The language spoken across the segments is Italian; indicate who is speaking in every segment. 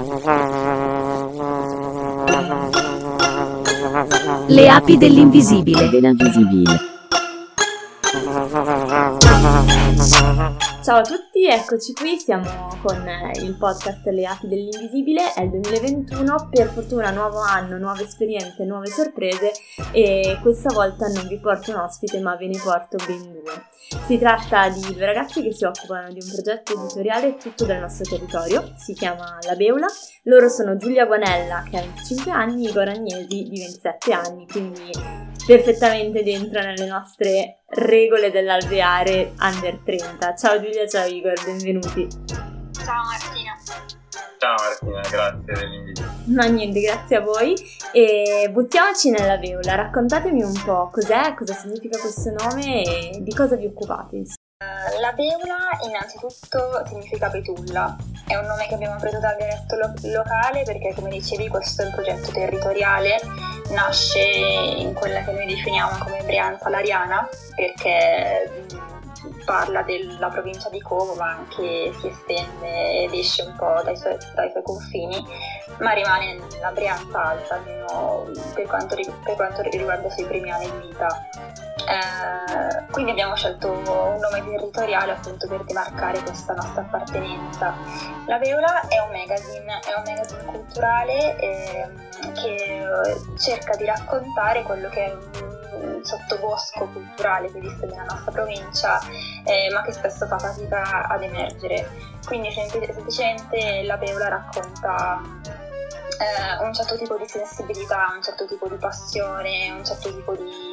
Speaker 1: Le api dell'invisibile.
Speaker 2: Ciao a tutti, eccoci qui, siamo con il podcast Le api dell'invisibile, è il 2021, per fortuna nuovo anno, nuove esperienze, nuove sorprese e questa volta non vi porto un ospite ma ve ne porto ben due. Si tratta di due ragazzi che si occupano di un progetto editoriale tutto del nostro territorio, si chiama La Beula. Loro sono Giulia Guanella che ha 25 anni, Igor Agnesi di 27 anni, quindi perfettamente dentro nelle nostre regole dell'alveare under 30. Ciao Giulia, ciao Igor, benvenuti.
Speaker 3: Ciao Martina.
Speaker 4: Ciao Martina, grazie dell'invito.
Speaker 2: No niente, grazie a voi. E buttiamoci nella Beula, raccontatemi un po' cos'è, cosa significa questo nome e di cosa vi occupate.
Speaker 3: La Beula innanzitutto significa betulla, è un nome che abbiamo preso dal dialetto locale perché, come dicevi, questo è un progetto territoriale, nasce in quella che noi definiamo come Brianza Lariana perché parla della provincia di Como ma anche si estende ed esce un po' dai suoi confini, ma rimane nella Brianza Alta, almeno per quanto riguarda i suoi primi anni di vita. Quindi abbiamo scelto un nome territoriale appunto per demarcare questa nostra appartenenza. La Beula è un magazine culturale che cerca di raccontare quello che è un sottobosco culturale che esiste nella nostra provincia, ma che spesso fa fatica ad emergere. Quindi semplicemente la Beula racconta un certo tipo di sensibilità, un certo tipo di passione, un certo tipo di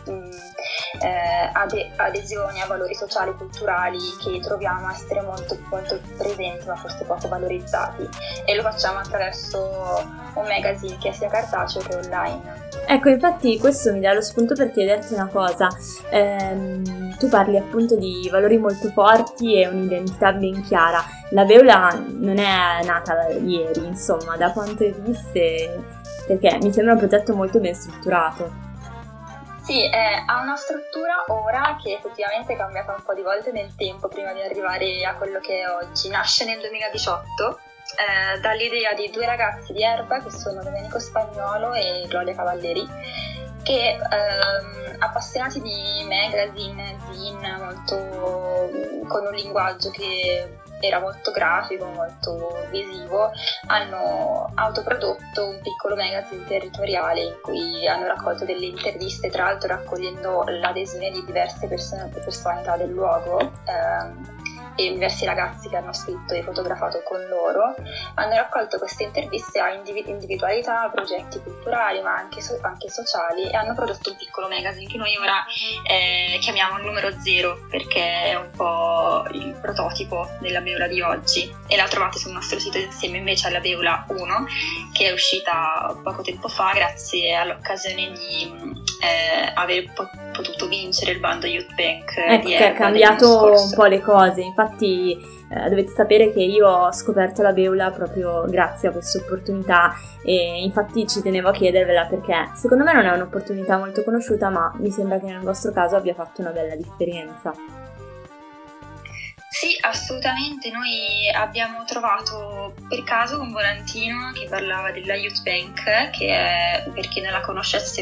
Speaker 3: adesione a valori sociali e culturali che troviamo essere molto, molto presenti ma forse poco valorizzati, e lo facciamo attraverso un magazine che sia cartaceo che online.
Speaker 2: Ecco, infatti questo mi dà lo spunto per chiederti una cosa. Tu parli appunto di valori molto forti e un'identità ben chiara. La Beula non è nata ieri, insomma, da quanto esiste? Perché mi sembra un progetto molto ben strutturato.
Speaker 3: Sì, ha una struttura ora che effettivamente è cambiata un po' di volte nel tempo prima di arrivare a quello che è oggi. Nasce nel 2018 dall'idea di due ragazzi di Erba che sono Domenico Spagnuolo e Gloria Cavalleri, che appassionati di magazine, zine, molto con un linguaggio che era molto grafico, molto visivo, hanno autoprodotto un piccolo magazine territoriale in cui hanno raccolto delle interviste, tra l'altro raccogliendo l'adesione di diverse personalità del luogo e diversi ragazzi che hanno scritto e fotografato con loro. Hanno raccolto queste interviste a individualità, progetti culturali ma anche sociali, e hanno prodotto un piccolo magazine che noi ora chiamiamo il numero 0 perché è un po' il prototipo della Beula di oggi, e la trovate sul nostro sito insieme invece alla Beula 1 che è uscita poco tempo fa grazie all'occasione di aver potuto vincere il bando Youth Bank.
Speaker 2: Ecco, che ha cambiato un po' le cose. Infatti dovete sapere che io ho scoperto la Beula proprio grazie a questa opportunità, e infatti ci tenevo a chiedervela perché secondo me non è un'opportunità molto conosciuta, ma mi sembra che nel vostro caso abbia fatto una bella differenza.
Speaker 3: Sì, assolutamente. Noi abbiamo trovato per caso un volantino che parlava della Youth Bank, che è, per chi non la conoscesse,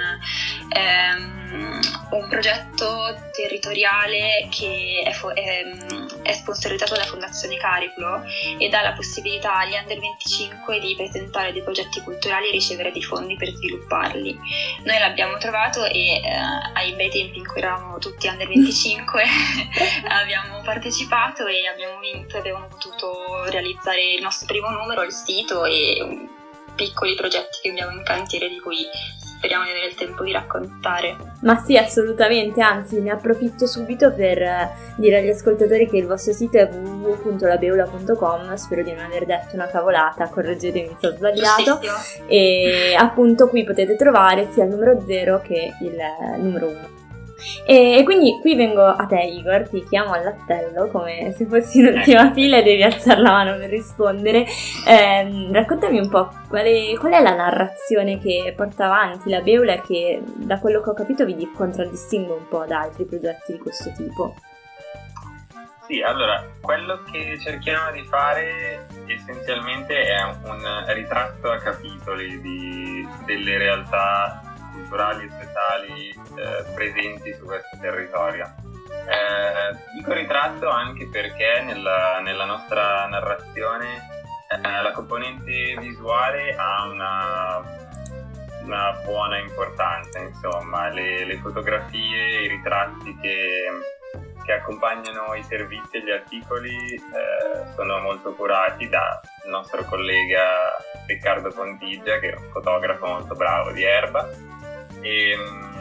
Speaker 3: un progetto territoriale che è sponsorizzato dalla Fondazione Cariplo e dà la possibilità agli under 25 di presentare dei progetti culturali e ricevere dei fondi per svilupparli. Noi l'abbiamo trovato e ai bei tempi in cui eravamo tutti under 25 abbiamo partecipato e abbiamo vinto, abbiamo potuto realizzare il nostro primo numero, il sito e piccoli progetti che abbiamo in cantiere di cui speriamo di avere il tempo di raccontare.
Speaker 2: Ma sì, assolutamente, anzi ne approfitto subito per dire agli ascoltatori che il vostro sito è www.labeula.com, spero di non aver detto una cavolata, correggetemi se ho sbagliato, e appunto qui potete trovare sia il numero 0 che il numero 1. E quindi qui vengo a te, Igor, ti chiamo all'attello come se fossi in ultima fila e devi alzare la mano per rispondere. Raccontami un po' qual è la narrazione che porta avanti la Beula e che, da quello che ho capito, vi contraddistingue un po' da altri progetti di questo tipo.
Speaker 4: Sì, allora, quello che cerchiamo di fare essenzialmente è un ritratto a capitoli delle realtà culturali e sociali presenti su questo territorio. Dico ritratto anche perché nella nostra narrazione la componente visuale ha una buona importanza, insomma, le fotografie, i ritratti che accompagnano i servizi e gli articoli sono molto curati dal nostro collega Riccardo Pontigia, che è un fotografo molto bravo di Erba, e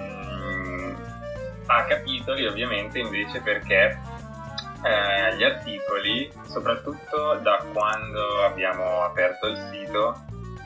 Speaker 4: a capitoli ovviamente invece perché gli articoli, soprattutto da quando abbiamo aperto il sito,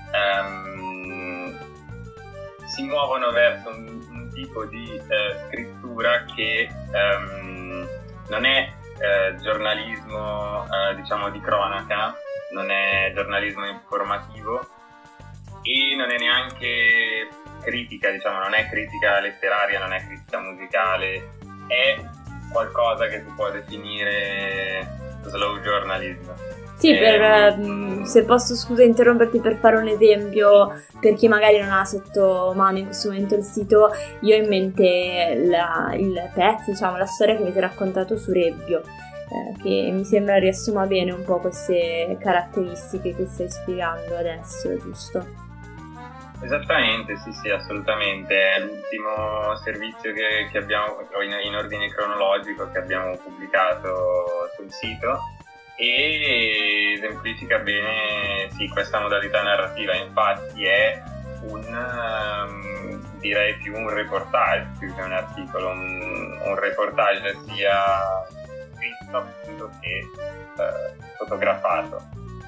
Speaker 4: si muovono verso un tipo di scrittura che non è giornalismo diciamo di cronaca, non è giornalismo informativo e non è neanche critica, diciamo, non è critica letteraria, non è critica musicale, è qualcosa che si può definire slow journalism.
Speaker 2: Sì, se posso, scusa interromperti, per fare un esempio, per chi magari non ha sotto mano in questo momento il sito, io ho in mente il pezzo, diciamo, la storia che avete raccontato su Rebbio, che mi sembra riassuma bene un po' queste caratteristiche che stai spiegando adesso, giusto?
Speaker 4: Esattamente, sì, assolutamente. È l'ultimo servizio che abbiamo in ordine cronologico che abbiamo pubblicato sul sito e esemplifica bene questa modalità narrativa. Infatti è direi più un reportage più che un articolo, un reportage sia scritto appunto che fotografato.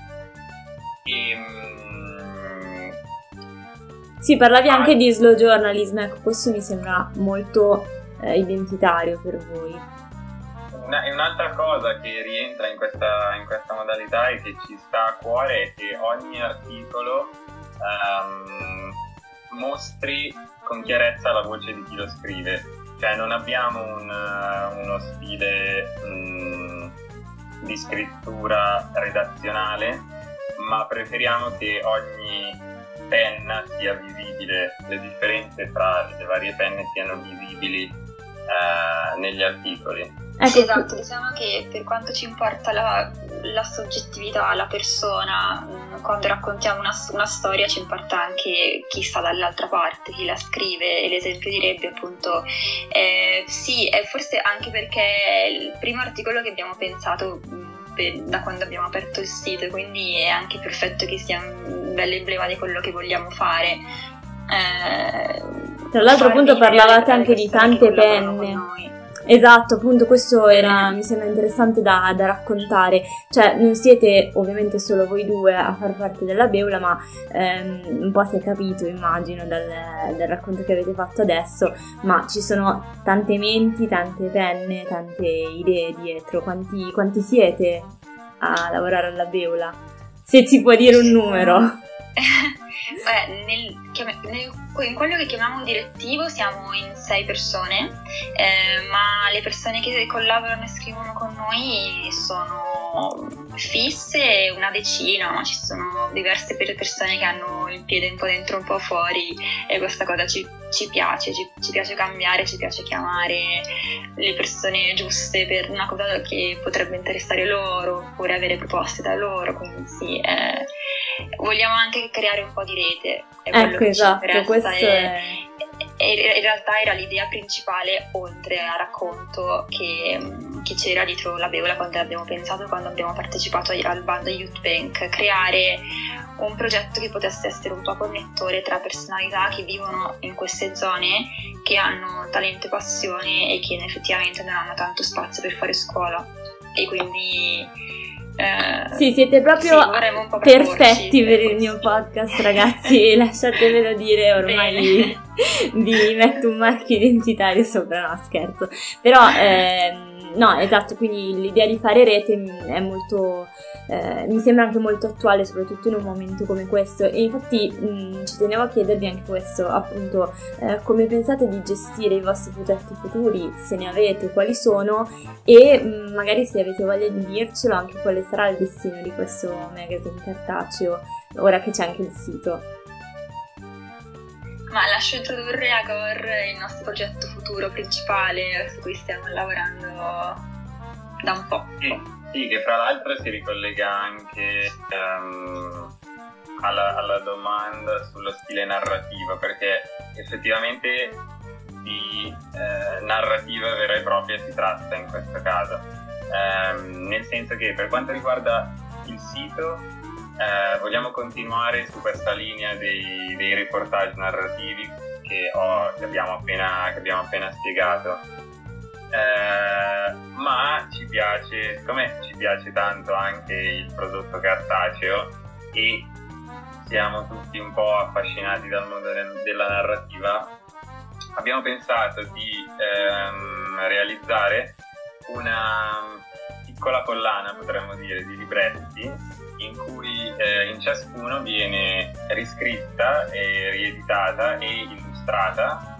Speaker 2: Sì, parlavi anche di slow journalism, ecco, questo mi sembra molto identitario per voi.
Speaker 4: E un'altra cosa che rientra in questa modalità e che ci sta a cuore è che ogni articolo mostri con chiarezza la voce di chi lo scrive. Cioè non abbiamo uno stile di scrittura redazionale, ma preferiamo che ogni penna sia visibile, le differenze tra le varie penne siano visibili negli articoli.
Speaker 3: Sì, esatto, diciamo che per quanto ci importa la soggettività, la persona, quando raccontiamo una storia ci importa anche chi sta dall'altra parte, chi la scrive, e l'esempio di Rebbio appunto sì, è forse anche perché è il primo articolo che abbiamo pensato da quando abbiamo aperto il sito, quindi è anche perfetto che sia un bel emblema di quello che vogliamo fare.
Speaker 2: Tra l'altro appunto parlavate anche di tante penne. Esatto, appunto questo mi sembra interessante da raccontare, cioè non siete ovviamente solo voi due a far parte della Beula, ma un po' si è capito, immagino, dal racconto che avete fatto adesso, ma ci sono tante menti, tante penne, tante idee dietro. Quanti siete a lavorare alla Beula? Se ci può dire un numero.
Speaker 3: In quello che chiamiamo direttivo siamo in 6 persone, ma le persone che collaborano e scrivono con noi sono fisse una decina, ma ci sono diverse persone che hanno il piede un po' dentro un po' fuori, e questa cosa ci piace, ci piace cambiare, ci piace chiamare le persone giuste per una cosa che potrebbe interessare loro oppure avere proposte da loro, quindi sì, vogliamo anche creare un po' di rete, è quello che
Speaker 2: esatto,
Speaker 3: ci
Speaker 2: questo
Speaker 3: in realtà era l'idea principale, oltre al racconto che c'era dietro la Beula quando abbiamo partecipato al bando Youth Bank, creare un progetto che potesse essere un po' connettore tra personalità che vivono in queste zone, che hanno talento e passione e che effettivamente non hanno tanto spazio per fare scuola, e quindi
Speaker 2: sì, siete proprio perfetti per il mio podcast, ragazzi. Lasciatevelo dire, ormai vi metto un marchio identitario sopra, no scherzo, però no, esatto, quindi l'idea di fare rete è molto, mi sembra anche molto attuale, soprattutto in un momento come questo. E infatti ci tenevo a chiedervi anche questo, appunto, come pensate di gestire i vostri progetti futuri, se ne avete, quali sono, e magari se avete voglia di dircelo anche quale sarà il destino di questo magazine cartaceo, ora che c'è anche il sito.
Speaker 3: Ma lascio introdurre a Gor il nostro progetto futuro principale su cui stiamo lavorando da un po'.
Speaker 4: Sì, che fra l'altro si ricollega anche alla domanda sullo stile narrativo, perché effettivamente di narrativa vera e propria si tratta in questo caso, nel senso che per quanto riguarda il sito vogliamo continuare su questa linea dei reportage narrativi che abbiamo appena spiegato, ma siccome ci piace tanto anche il prodotto cartaceo e siamo tutti un po' affascinati dal mondo della narrativa, abbiamo pensato di realizzare una piccola collana, potremmo dire, di libretti in cui in ciascuno viene riscritta e rieditata e illustrata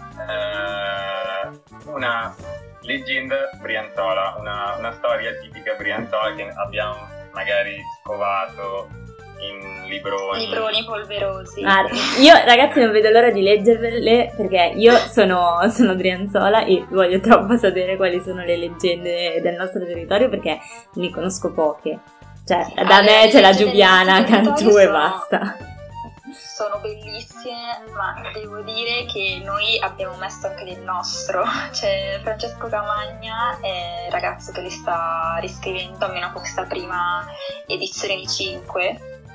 Speaker 4: una leggenda brianzola, una storia tipica brianzola che abbiamo magari scovato in libroni
Speaker 3: polverosi.
Speaker 2: Io ragazzi non vedo l'ora di leggerle, perché io sono brianzola e voglio troppo sapere quali sono le leggende del nostro territorio, perché ne conosco poche. Cioè, da me c'è la Giubiana, Cantù e basta.
Speaker 3: Sono bellissime, ma devo dire che noi abbiamo messo anche del nostro. C'è Francesco Camagna, è il ragazzo che li sta riscrivendo, almeno questa prima edizione di 5,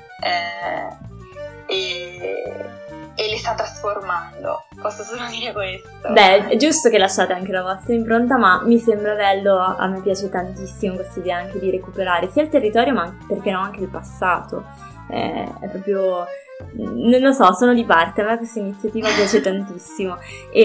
Speaker 3: e li sta trasformando. Posso solo dire questo.
Speaker 2: Beh, è giusto che lasciate anche la vostra impronta, ma mi sembra bello, a me piace tantissimo questa idea anche di recuperare sia il territorio, ma perché no anche il passato. È proprio, non lo so, sono di parte, a me questa iniziativa piace tantissimo.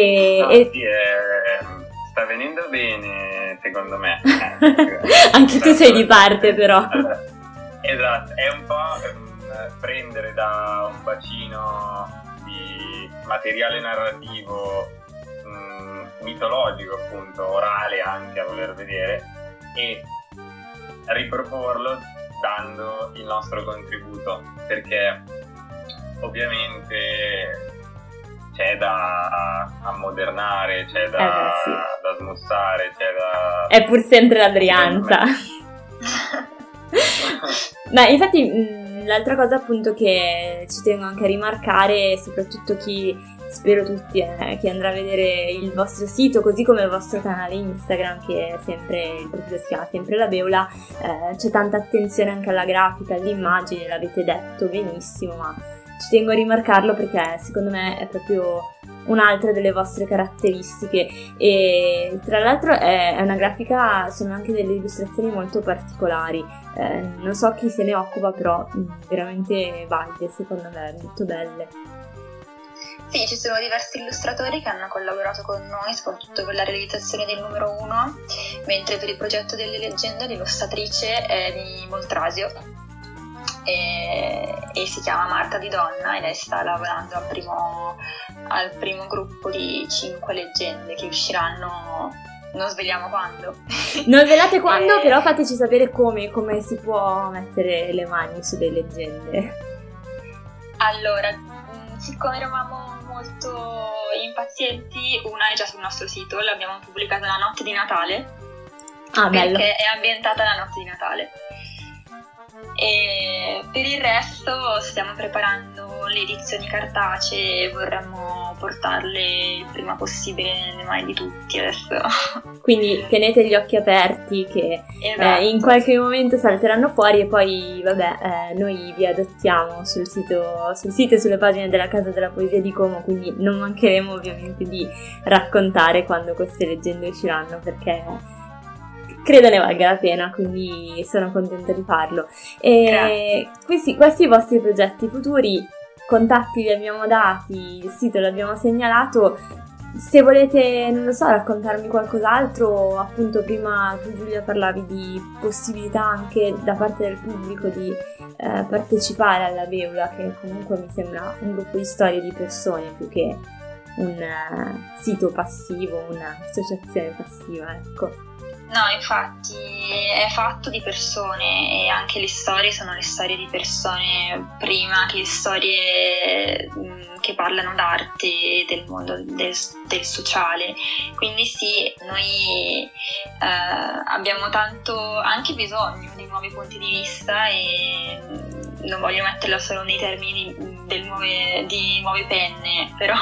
Speaker 4: Sta venendo bene, secondo me.
Speaker 2: Anche tu sei di parte, però.
Speaker 4: Esatto, è un po' prendere da un bacino di materiale narrativo mitologico, appunto, orale anche a voler vedere, e riproporlo dando il nostro contributo, perché ovviamente c'è da ammodernare, c'è da smussare, c'è da...
Speaker 2: È pur sempre la Brianza. Ma infatti l'altra cosa appunto che ci tengo anche a rimarcare, soprattutto spero tutti chi andrà a vedere il vostro sito, così come il vostro canale Instagram, che è sempre, il profilo si chiama sempre La Beula, c'è tanta attenzione anche alla grafica, all'immagine, l'avete detto benissimo, ma ci tengo a rimarcarlo perché secondo me è proprio un'altra delle vostre caratteristiche. E tra l'altro è una grafica, sono anche delle illustrazioni molto particolari, non so chi se ne occupa, però veramente valide, secondo me, molto belle.
Speaker 3: Sì, ci sono diversi illustratori che hanno collaborato con noi, soprattutto per la realizzazione del numero 1, mentre per il progetto delle leggende l'illustratrice è di Moltrasio e si chiama Marta Di Donna, e lei sta lavorando al primo gruppo di 5 leggende che usciranno, non sveliamo quando.
Speaker 2: Non svelate quando, però fateci sapere come si può mettere le mani sulle leggende.
Speaker 3: Allora, siccome eravamo molto impazienti, una è già sul nostro sito, l'abbiamo pubblicata la notte di Natale,
Speaker 2: bello,
Speaker 3: perché è ambientata la notte di Natale. E per il resto stiamo preparando le edizioni cartacee e vorremmo portarle il prima possibile nelle mani di tutti adesso. Quindi
Speaker 2: tenete gli occhi aperti che
Speaker 3: esatto,
Speaker 2: in qualche momento salteranno fuori, e poi noi vi adottiamo sul sito e sulle pagine della Casa della Poesia di Como, quindi non mancheremo ovviamente di raccontare quando queste leggende usciranno, perché credo ne valga la pena, quindi sono contenta di farlo. E questi vostri progetti futuri, contatti li abbiamo dati, il sito l'abbiamo segnalato, se volete, non lo so, raccontarmi qualcos'altro, appunto prima tu Giulia parlavi di possibilità anche da parte del pubblico di partecipare alla Beula, che comunque mi sembra un gruppo di storie di persone più che un sito passivo, un'associazione passiva, ecco.
Speaker 3: No, infatti è fatto di persone e anche le storie sono le storie di persone prima che storie che parlano d'arte e del mondo del sociale. Quindi sì, noi abbiamo tanto anche bisogno di nuovi punti di vista e non voglio metterla solo nei termini di nuove penne, però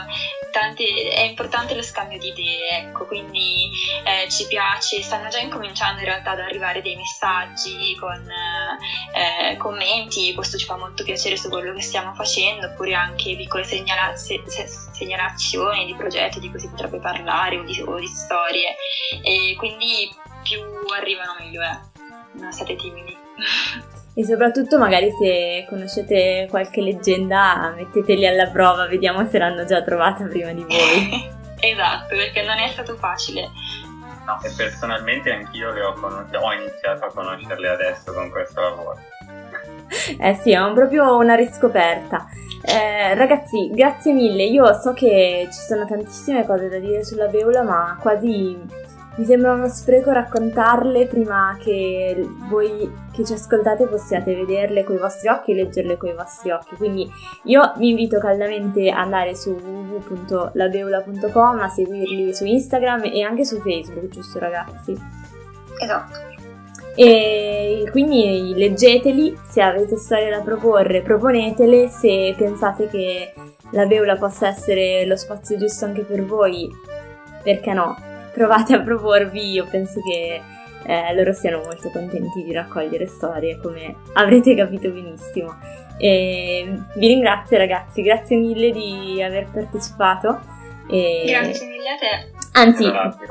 Speaker 3: è importante lo scambio di idee, ecco, quindi ci piace, stanno già incominciando in realtà ad arrivare dei messaggi con commenti, questo ci fa molto piacere su quello che stiamo facendo, oppure anche piccole segnalazioni di progetti di cui si potrebbe parlare o di storie, e quindi più arrivano meglio è, non siate timidi.
Speaker 2: E soprattutto magari se conoscete qualche leggenda metteteli alla prova, vediamo se l'hanno già trovata prima di voi.
Speaker 3: Esatto, perché non è stato facile.
Speaker 4: No, e personalmente anch'io ho iniziato a conoscerle adesso con questo lavoro.
Speaker 2: Sì, è proprio una riscoperta. Ragazzi, grazie mille. Io so che ci sono tantissime cose da dire sulla Beula, ma quasi mi sembra uno spreco raccontarle prima che voi che ci ascoltate possiate vederle coi vostri occhi e leggerle coi vostri occhi. Quindi io vi invito caldamente ad andare su www.labeula.com, a seguirli su Instagram e anche su Facebook, giusto ragazzi?
Speaker 3: Esatto.
Speaker 2: E quindi leggeteli, se avete storie da proporre proponetele, se pensate che la Beula possa essere lo spazio giusto anche per voi, perché no? Provate a proporvi, io penso che loro siano molto contenti di raccogliere storie, come avrete capito benissimo. E vi ringrazio ragazzi, grazie mille di aver partecipato.
Speaker 3: Grazie mille a te.
Speaker 2: Anzi,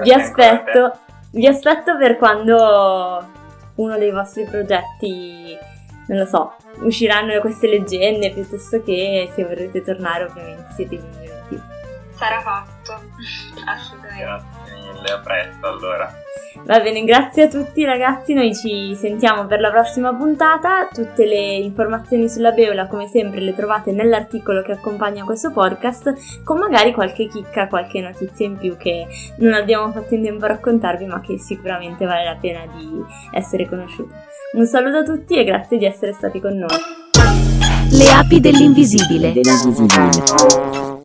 Speaker 2: vi aspetto per quando uno dei vostri progetti, non lo so, usciranno queste leggende, piuttosto che se vorrete tornare ovviamente siete benvenuti.
Speaker 3: Sarà fatto, assolutamente.
Speaker 4: Grazie mille, a presto allora.
Speaker 2: Va bene, grazie a tutti ragazzi, noi ci sentiamo per la prossima puntata. Tutte le informazioni sulla Beula come sempre le trovate nell'articolo che accompagna questo podcast, con magari qualche chicca, qualche notizia in più che non abbiamo fatto in tempo a raccontarvi, ma che sicuramente vale la pena di essere conosciuta. Un saluto a tutti e grazie di essere stati con noi.
Speaker 1: Le api dell'invisibile.